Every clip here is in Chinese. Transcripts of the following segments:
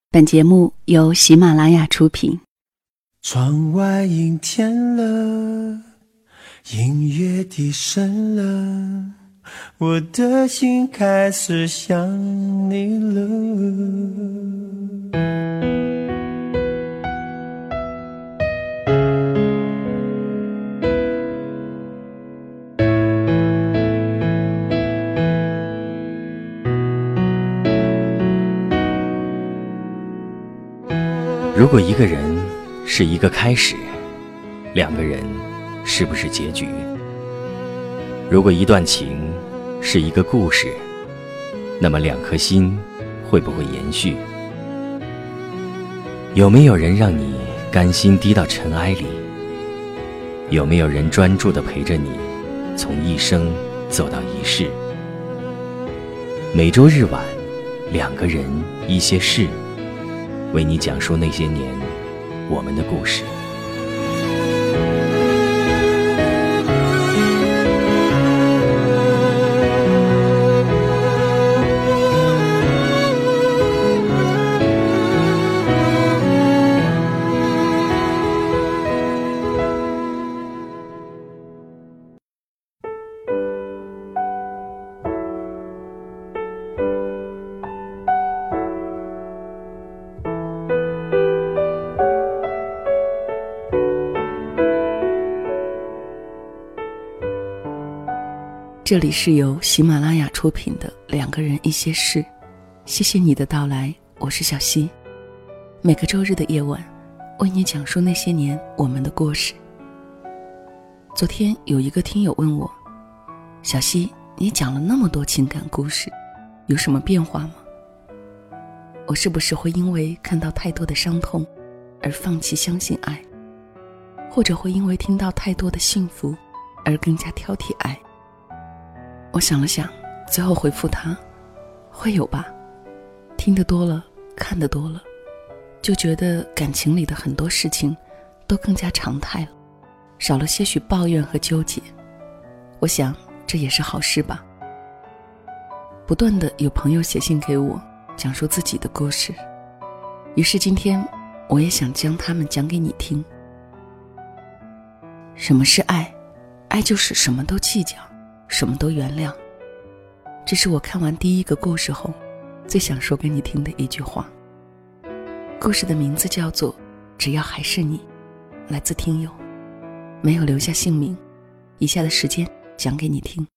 本节目由喜马拉雅出品。 窗外阴天了，音乐低声了，我的心开始想你了。 如果一个人是一个开始，两个人是不是结局？如果一段情是一个故事，那么两颗心会不会延续？有没有人让你甘心低到尘埃里？有没有人专注地陪着你，从一生走到一世？每周日晚，两个人一些事，为你讲述那些年我们的故事。 这里是由喜马拉雅出品的两个人一些事，谢谢你的到来，我是小溪。每个周日的夜晚，为你讲述那些年我们的故事。昨天有一个听友问我，小溪，你讲了那么多情感故事，有什么变化吗？我是不是会因为看到太多的伤痛而放弃相信爱，或者会因为听到太多的幸福而更加挑剔爱？我想了想，最后回复他，会有吧。听得多了，看得多了，就觉得感情里的很多事情都更加常态了，少了些许抱怨和纠结。我想这也是好事吧。不断的有朋友写信给我，讲述自己的故事，于是今天我也想将它们讲给你听。什么是爱？爱就是什么都计较，什么都原谅。这是我看完第一个故事后最想说给你听的一句话。故事的名字叫做《只要还是你》，来自听友，没有留下姓名。以下的时间讲给你听。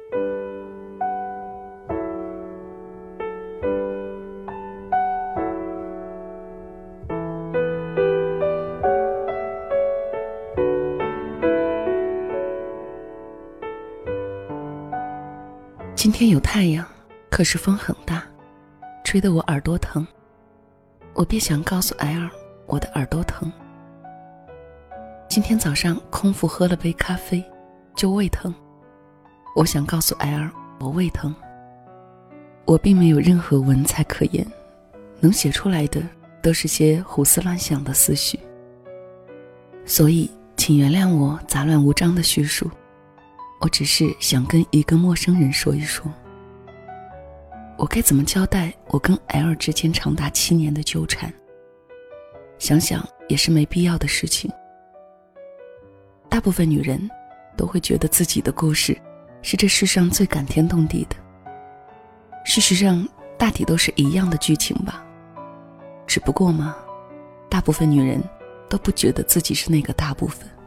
今天有太阳，可是风很大，吹得我耳朵疼。我便想告诉 L 我的耳朵疼。今天早上空腹喝了杯咖啡，就胃疼。我想告诉 L 我胃疼。我并没有任何文采可言，能写出来的都是些胡思乱想的思绪，所以请原谅我杂乱无章的叙述。我只是想跟一个陌生人说一说，我该怎么交代我跟 L 之间长达7年的纠缠。想想也是没必要的事情。大部分女人都会觉得自己的故事是这世上最感天动地的，事实上大体都是一样的剧情吧。只不过嘛，大部分女人都不觉得自己是那个大部分。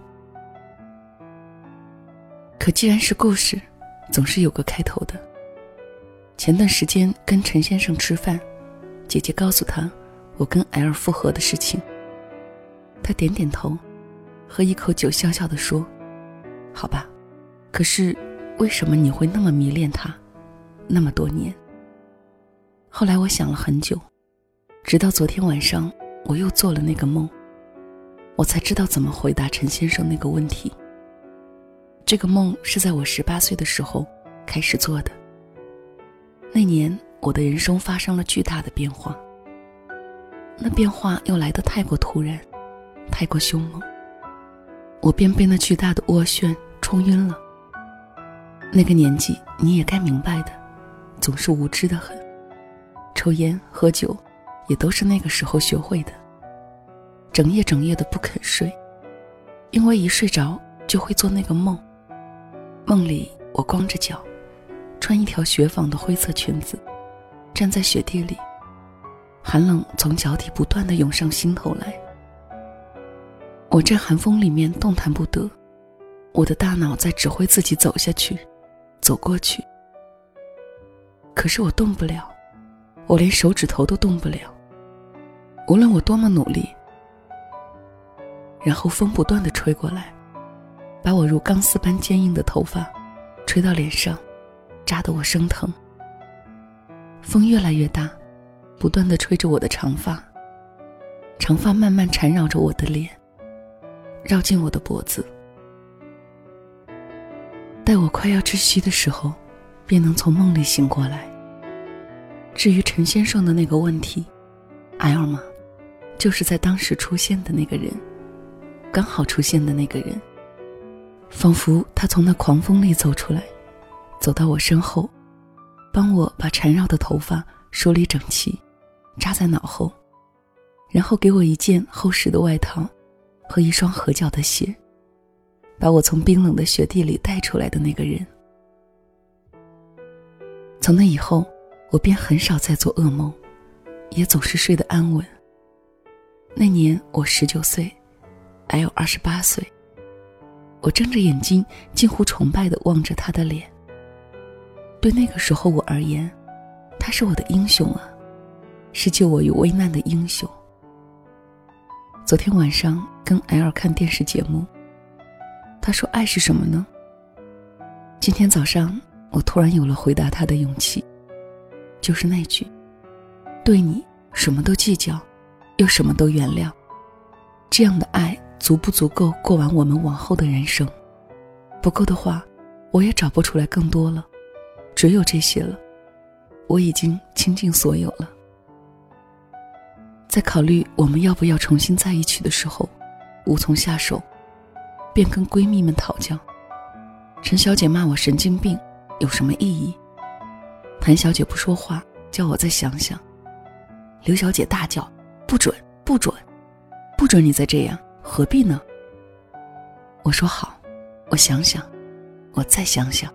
可既然是故事，总是有个开头的。前段时间跟陈先生吃饭，姐姐告诉他我跟 L 复合的事情。他点点头，喝一口酒，笑笑地说，好吧，可是为什么你会那么迷恋他那么多年？后来我想了很久，直到昨天晚上我又做了那个梦，我才知道怎么回答陈先生那个问题。这个梦是在我18岁的时候开始做的。那年我的人生发生了巨大的变化，那变化又来得太过突然，太过凶猛，我便被那巨大的涡旋冲晕了。那个年纪你也该明白的，总是无知得很，抽烟喝酒也都是那个时候学会的。整夜的不肯睡，因为一睡着就会做那个梦。梦里我光着脚，穿一条雪纺的灰色裙子，站在雪地里，寒冷从脚底不断地涌上心头来。我在寒风里面动弹不得，我的大脑在指挥自己走下去，走过去。可是我动不了，我连手指头都动不了，无论我多么努力。然后风不断地吹过来，把我如钢丝般坚硬的头发吹到脸上，扎得我生疼。风越来越大，不断地吹着我的长发，长发慢慢缠绕着我的脸，绕进我的脖子。待我快要窒息的时候，便能从梦里醒过来。至于陈先生的那个问题，L 吗？就是在当时出现的那个人，刚好出现的那个人，仿佛他从那狂风里走出来，走到我身后，帮我把缠绕的头发梳理整齐，扎在脑后，然后给我一件厚实的外套和一双合脚的鞋，把我从冰冷的雪地里带出来的那个人。从那以后，我便很少再做噩梦，也总是睡得安稳。那年我19岁，L 28岁。我睁着眼睛，近乎崇拜地望着他的脸。对那个时候我而言，他是我的英雄啊，是救我于危难的英雄。昨天晚上跟 L 看电视节目，他说爱是什么呢？今天早上我突然有了回答他的勇气，就是那句：对你什么都计较，又什么都原谅。这样的爱足不足够过完我们往后的人生？不够的话，我也找不出来更多了，只有这些了。我已经倾尽所有了。在考虑我们要不要重新在一起的时候，无从下手，便跟闺蜜们讨教。陈小姐骂我神经病，有什么意义？谭小姐不说话，叫我再想想。刘小姐大叫：不准，不准，不准你再这样，何必呢？我说好，我想想，我再想想。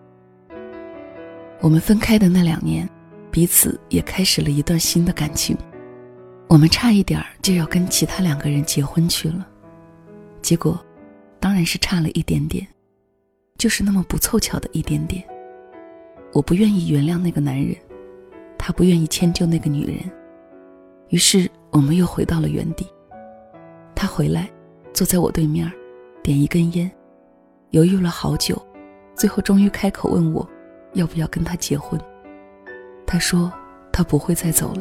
我们分开的那2年，彼此也开始了一段新的感情。我们差一点就要跟其他2个人结婚去了，结果当然是差了一点点，就是那么不凑巧的一点点。我不愿意原谅那个男人，他不愿意迁就那个女人，于是我们又回到了原地。他回来，坐在我对面，点一根烟，犹豫了好久，最后终于开口问我要不要跟他结婚。他说他不会再走了。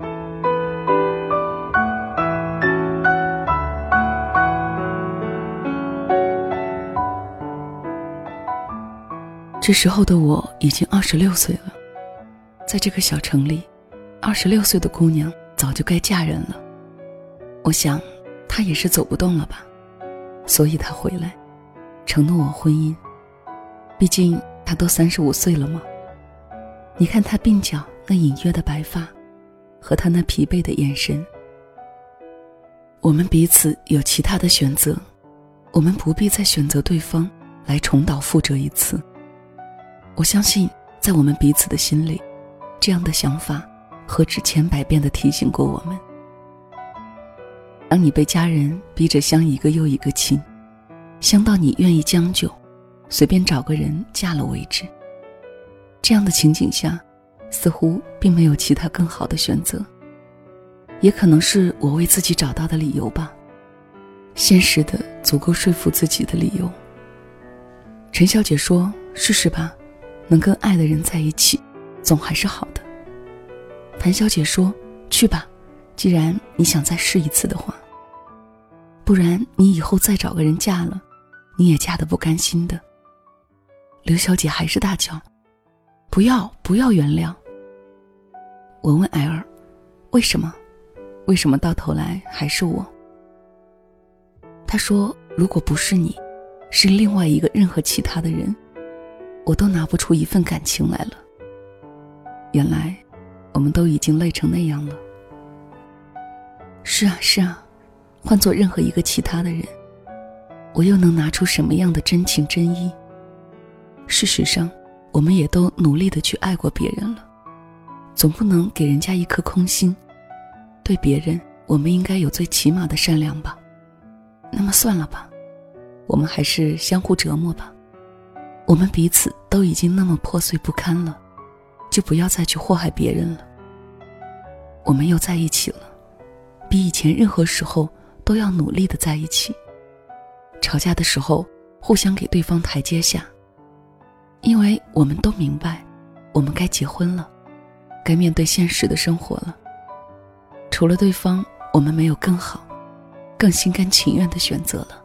这时候的我已经26岁了，在这个小城里，26岁的姑娘早就该嫁人了。我想她也是走不动了吧，所以她回来承诺我婚姻。毕竟她都35岁了嘛。你看她鬓角那隐约的白发，和她那疲惫的眼神。我们彼此有其他的选择，我们不必再选择对方来重蹈覆辙一次。我相信在我们彼此的心里，这样的想法何止千百遍地提醒过我们。当你被家人逼着相一个又一个亲，相到你愿意将就，随便找个人嫁了为止。这样的情景下，似乎并没有其他更好的选择，也可能是我为自己找到的理由吧，现实的足够说服自己的理由。陈小姐说，试试吧，能跟爱的人在一起，总还是好的。谭小姐说，去吧，既然你想再试一次的话，不然你以后再找个人嫁了，你也嫁得不甘心的。刘小姐还是大叫，不要，不要原谅。我问艾尔，为什么？为什么到头来还是我？她说，如果不是你，是另外一个任何其他的人，我都拿不出一份感情来了。原来我们都已经累成那样了， 是啊是啊，换做任何一个其他的人，我又能拿出什么样的真情真意？事实上，我们也都努力地去爱过别人了，总不能给人家一颗空心。对别人，我们应该有最起码的善良吧。那么算了吧，我们还是相互折磨吧。我们彼此都已经那么破碎不堪了，就不要再去祸害别人了。我们又在一起了，比以前任何时候都要努力地在一起。吵架的时候，互相给对方台阶下，因为我们都明白，我们该结婚了，该面对现实的生活了。除了对方，我们没有更好、更心甘情愿的选择了。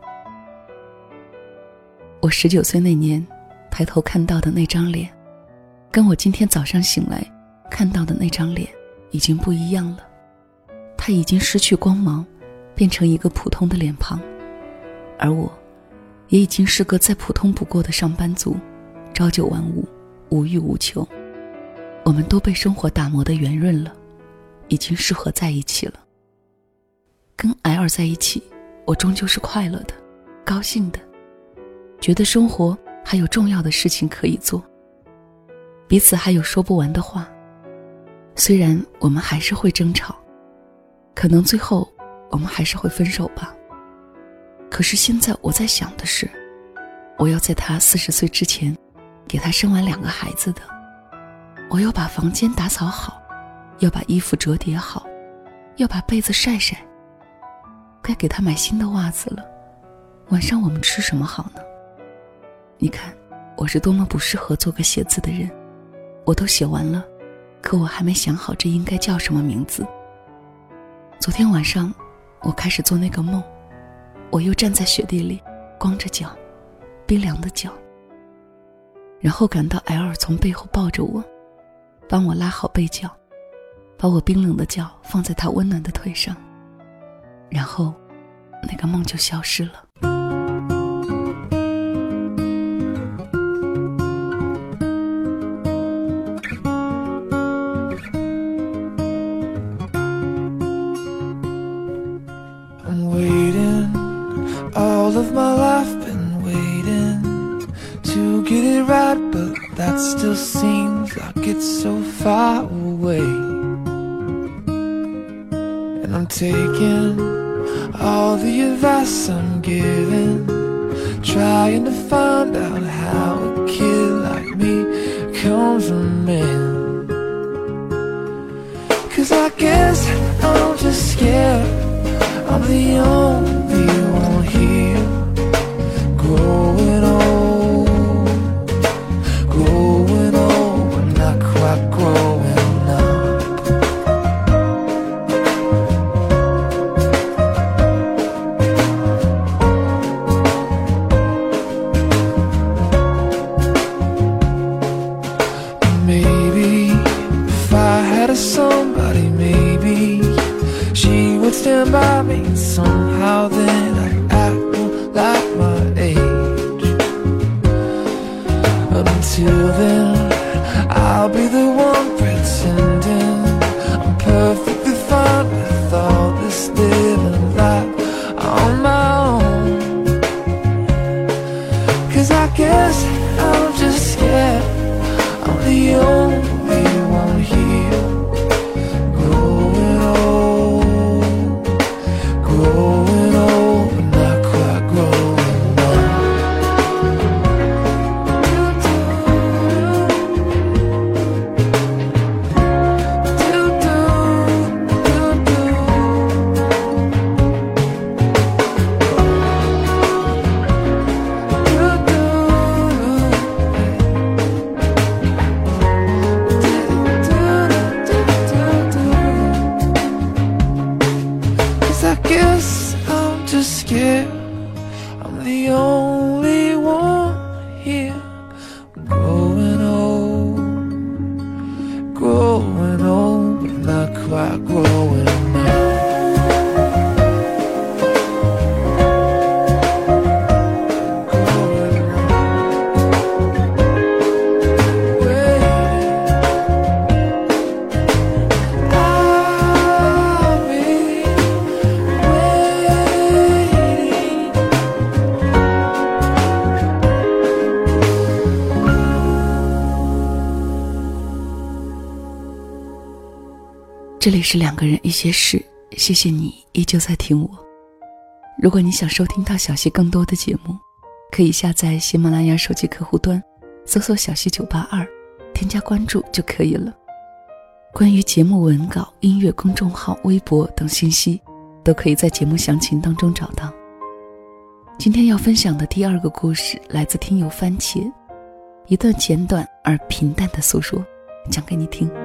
我19岁那年抬头看到的那张脸，跟我今天早上醒来看到的那张脸已经不一样了。它已经失去光芒，变成一个普通的脸庞，而我也已经是个再普通不过的上班族，朝九晚五，无欲无求。我们都被生活打磨得圆润了，已经适合在一起了。跟 L 在一起，我终究是快乐的，高兴的，觉得生活还有重要的事情可以做，彼此还有说不完的话。虽然我们还是会争吵，可能最后我们还是会分手吧。可是现在我在想的是，我要在他40岁之前给他生完2个孩子的，我要把房间打扫好，要把衣服折叠好，要把被子晒晒，该给他买新的袜子了。晚上我们吃什么好呢？你看，我是多么不适合做个写字的人。我都写完了，可我还没想好这应该叫什么名字。昨天晚上我开始做那个梦，我又站在雪地里，光着脚，冰凉的脚，然后感到 L 从背后抱着我，帮我拉好被角，把我冰冷的脚放在他温暖的腿上，然后那个梦就消失了。 All of my life been waiting to get it right, but that still seems like it's so far away. And I'm taking all the advice I'm given, trying to find out how a kid like me comes from men. 'Cause I guess I'm just scared I'm the only one here, growing old, but not quite growing up. Maybe if I had a somebody, maybe she would stand by me, and somehow then I'd act like my age. Until then, I'll be the one pretending I'm perfectly fine with all this living life on my own. 'Cause I guess I'm just scared I'm the only one here, growing old, but not quite growing up. I guess I'm just scared I'm the only one here, growing old, but not quite growing up. 这里是两个人一些事，谢谢你依旧在听我。如果你想收听到小溪更多的节目，可以下载喜马拉雅手机客户端，搜索小溪982，添加关注就可以了。关于节目文稿、音乐公众号、微博等信息，都可以在节目详情当中找到。今天要分享的第二个故事来自听友番茄，一段简短而平淡的诉说，讲给你听。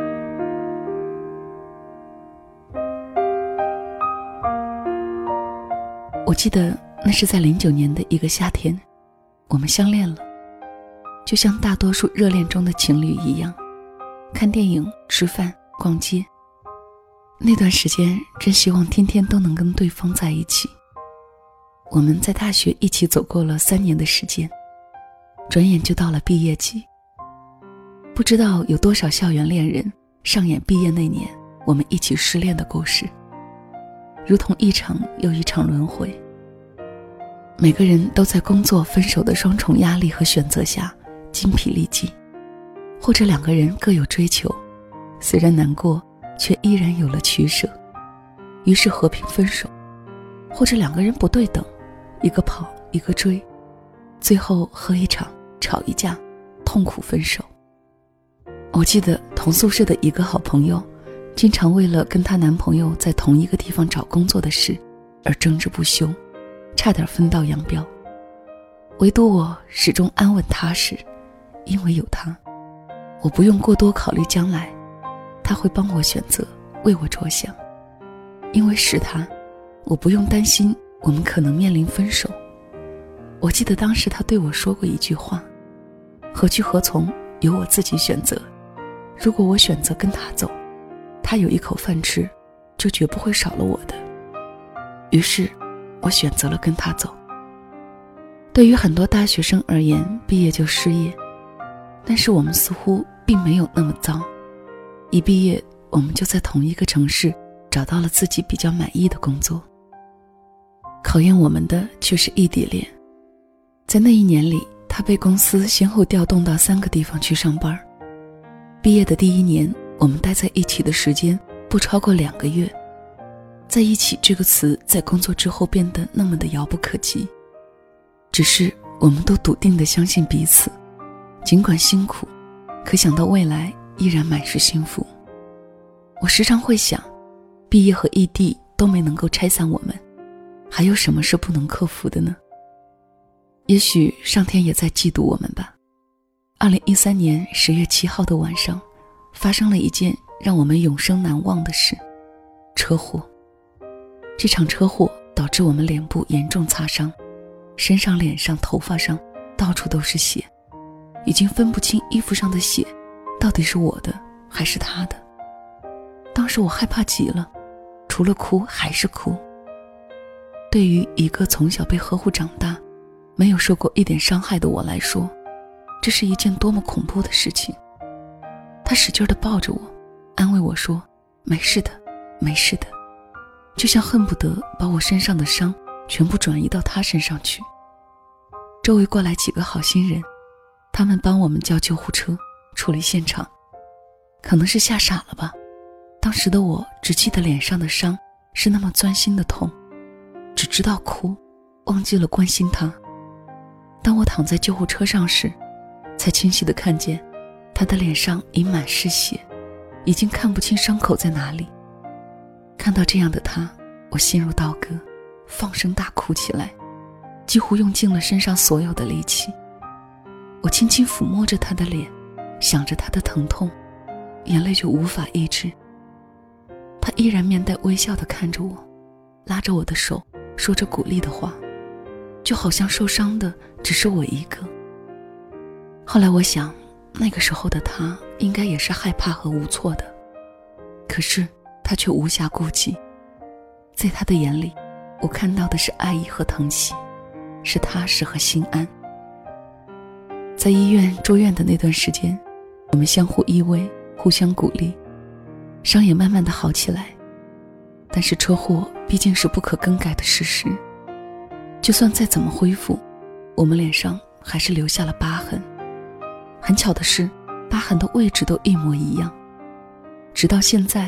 我记得那是在09年的一个夏天，我们相恋了，就像大多数热恋中的情侣一样，看电影、吃饭、逛街。那段时间真希望天天都能跟对方在一起。我们在大学一起走过了3年的时间，转眼就到了毕业季。不知道有多少校园恋人上演毕业那年我们一起失恋的故事，如同一场又一场轮回。每个人都在工作、分手的双重压力和选择下精疲力尽，或者两个人各有追求，虽然难过，却依然有了取舍，于是和平分手；或者两个人不对等，一个跑一个追，最后喝一场，吵一架，痛苦分手。我记得同宿舍的一个好朋友，经常为了跟她男朋友在同一个地方找工作的事而争执不休，差点分道扬镳。唯独我始终安稳踏实，因为有他，我不用过多考虑将来，他会帮我选择，为我着想。因为是他，我不用担心我们可能面临分手。我记得当时他对我说过一句话：何去何从，由我自己选择。如果我选择跟他走，他有一口饭吃，就绝不会少了我的。于是我选择了跟他走。对于很多大学生而言，毕业就失业，但是我们似乎并没有那么糟。一毕业，我们就在同一个城市找到了自己比较满意的工作。考验我们的却是异地恋。在那一年里，他被公司先后调动到3个地方去上班。毕业的第1年，我们待在一起的时间不超过2个月。在一起这个词在工作之后变得那么的遥不可及，只是我们都笃定地相信彼此，尽管辛苦，可想到未来依然满是幸福。我时常会想，毕业和异地都没能够拆散我们，还有什么是不能克服的呢？也许上天也在嫉妒我们吧。2013年10月7号的晚上，发生了一件让我们永生难忘的事——车祸。这场车祸导致我们脸部严重擦伤，身上、脸上、头发上到处都是血，已经分不清衣服上的血到底是我的还是他的。当时我害怕极了，除了哭还是哭。对于一个从小被呵护长大，没有受过一点伤害的我来说，这是一件多么恐怖的事情。他使劲地抱着我，安慰我说：没事的，没事的，就像恨不得把我身上的伤全部转移到他身上去。周围过来几个好心人，他们帮我们叫救护车，处理现场。可能是吓傻了吧，当时的我只记得脸上的伤是那么钻心的痛，只知道哭，忘记了关心他。当我躺在救护车上时，才清晰地看见他的脸上已满是血，已经看不清伤口在哪里。看到这样的他，我心如刀割，放声大哭起来，几乎用尽了身上所有的力气。我轻轻抚摸着他的脸，想着他的疼痛，眼泪就无法抑制。他依然面带微笑地看着我，拉着我的手，说着鼓励的话，就好像受伤的只是我一个。后来我想，那个时候的他应该也是害怕和无措的，可是他却无暇顾及。在他的眼里，我看到的是爱意和疼惜，是踏实和心安。在医院住院的那段时间，我们相互依偎，互相鼓励，伤也慢慢的好起来。但是车祸毕竟是不可更改的事实，就算再怎么恢复，我们脸上还是留下了疤痕。很巧的是，疤痕的位置都一模一样。直到现在，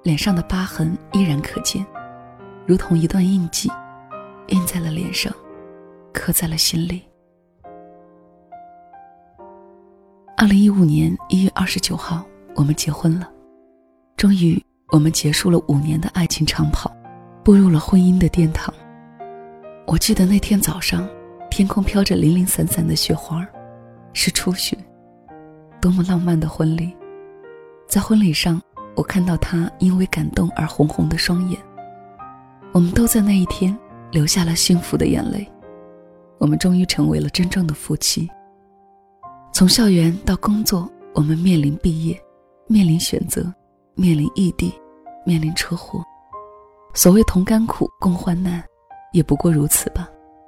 脸上的疤痕依然可见，如同一段印记，印在了脸上，刻在了心里。2015年1月29号，我们结婚了。终于，我们结束了5年的爱情长跑，步入了婚姻的殿堂。我记得那天早上，天空飘着零零散散的雪花，是初雪，多么浪漫的婚礼。在婚礼上，我看到他因为感动而红红的双眼。我们都在那一天流下了幸福的眼泪。我们终于成为了真正的夫妻。从校园到工作，我们面临毕业，面临选择，面临异地，面临车祸。所谓同甘苦共患难，也不过如此吧。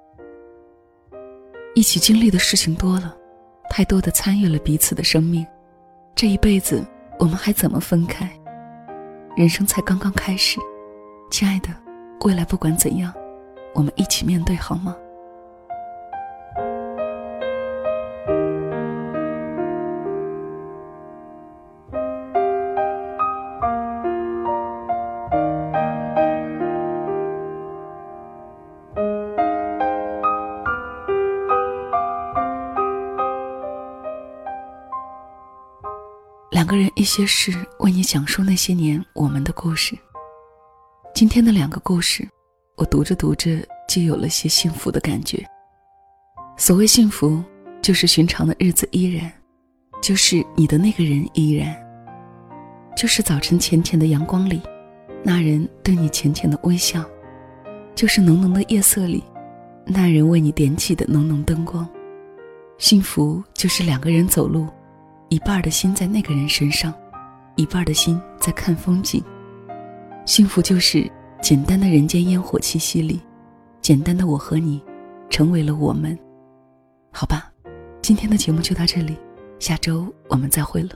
一起经历的事情多了，太多的参与了彼此的生命。这一辈子，我们还怎么分开？人生才刚刚开始，亲爱的，未来不管怎样，我们一起面对好吗？2个人一些事，为你讲述那些年我们的故事。今天的2个故事，我读着读着就有了些幸福的感觉。所谓幸福，就是寻常的日子依然，就是你的那个人依然，就是早晨浅浅的阳光里，那人对你浅浅的微笑，就是浓浓的夜色里，那人为你点起的浓浓灯光。幸福就是2个人走路，一半的心在那个人身上，一半的心在看风景。幸福就是简单的人间烟火气息里，简单的我和你成为了我们。好吧，今天的节目就到这里，下周我们再会了。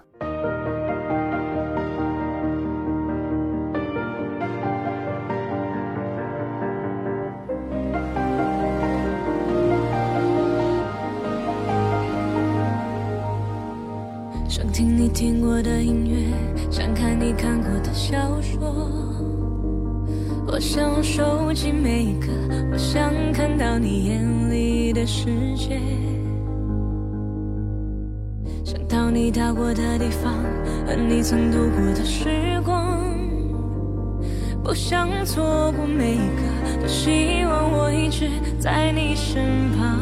想听你听过的音乐，想看你看过的小说，我想收集每一个，我想看到你眼里的世界，想到你到过的地方和你曾度过的时光，不想错过每一个，多希望我一直在你身旁。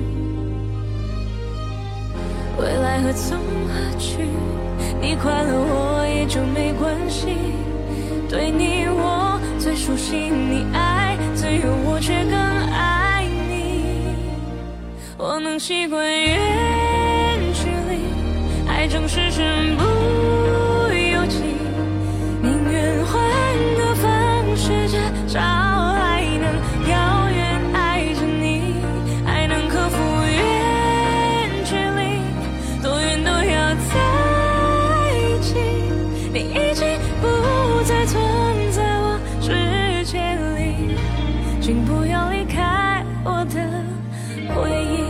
未来何从何去，你快乐我也就没关系，对你我最熟悉，你爱最有我却更爱你。我能习惯远距离，爱正是身不由己，宁愿换个方式至少还能遥远爱着你，还能克服远距离，多远都要在一起，你已经不再存在我世界里，请不要离开我的回忆。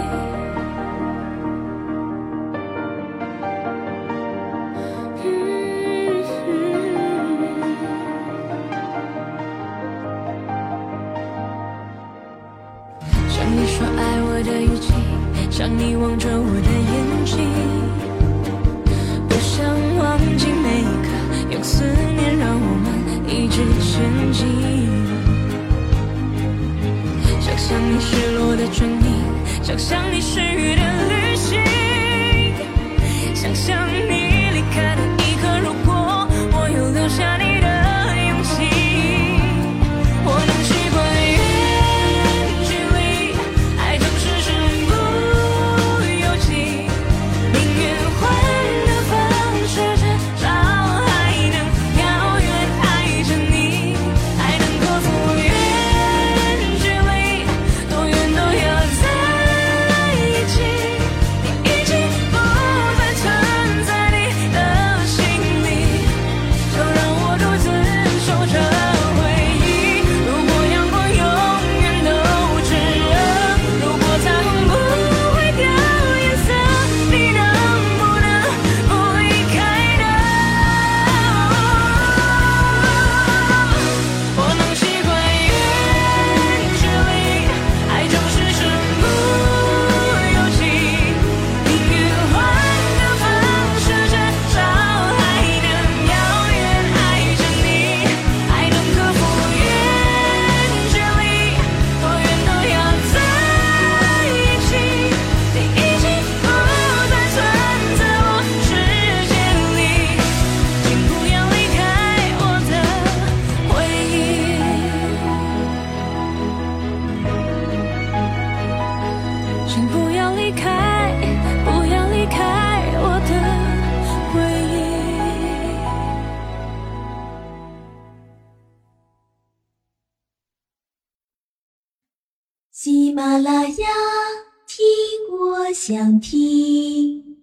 像你说爱我的语气，像你望着我的眼睛，不想忘记每一刻，用思念让我们一直前进。想象你失落的唇印，想象你失语的旅行，想象你离开的一刻，如果我有留下你的勇气，我能习惯远距离，爱正是身不由己，宁愿换个方式至少还能遥远爱着你，还能克服远距离，多远都要在一起， 喜马拉雅，听我想听。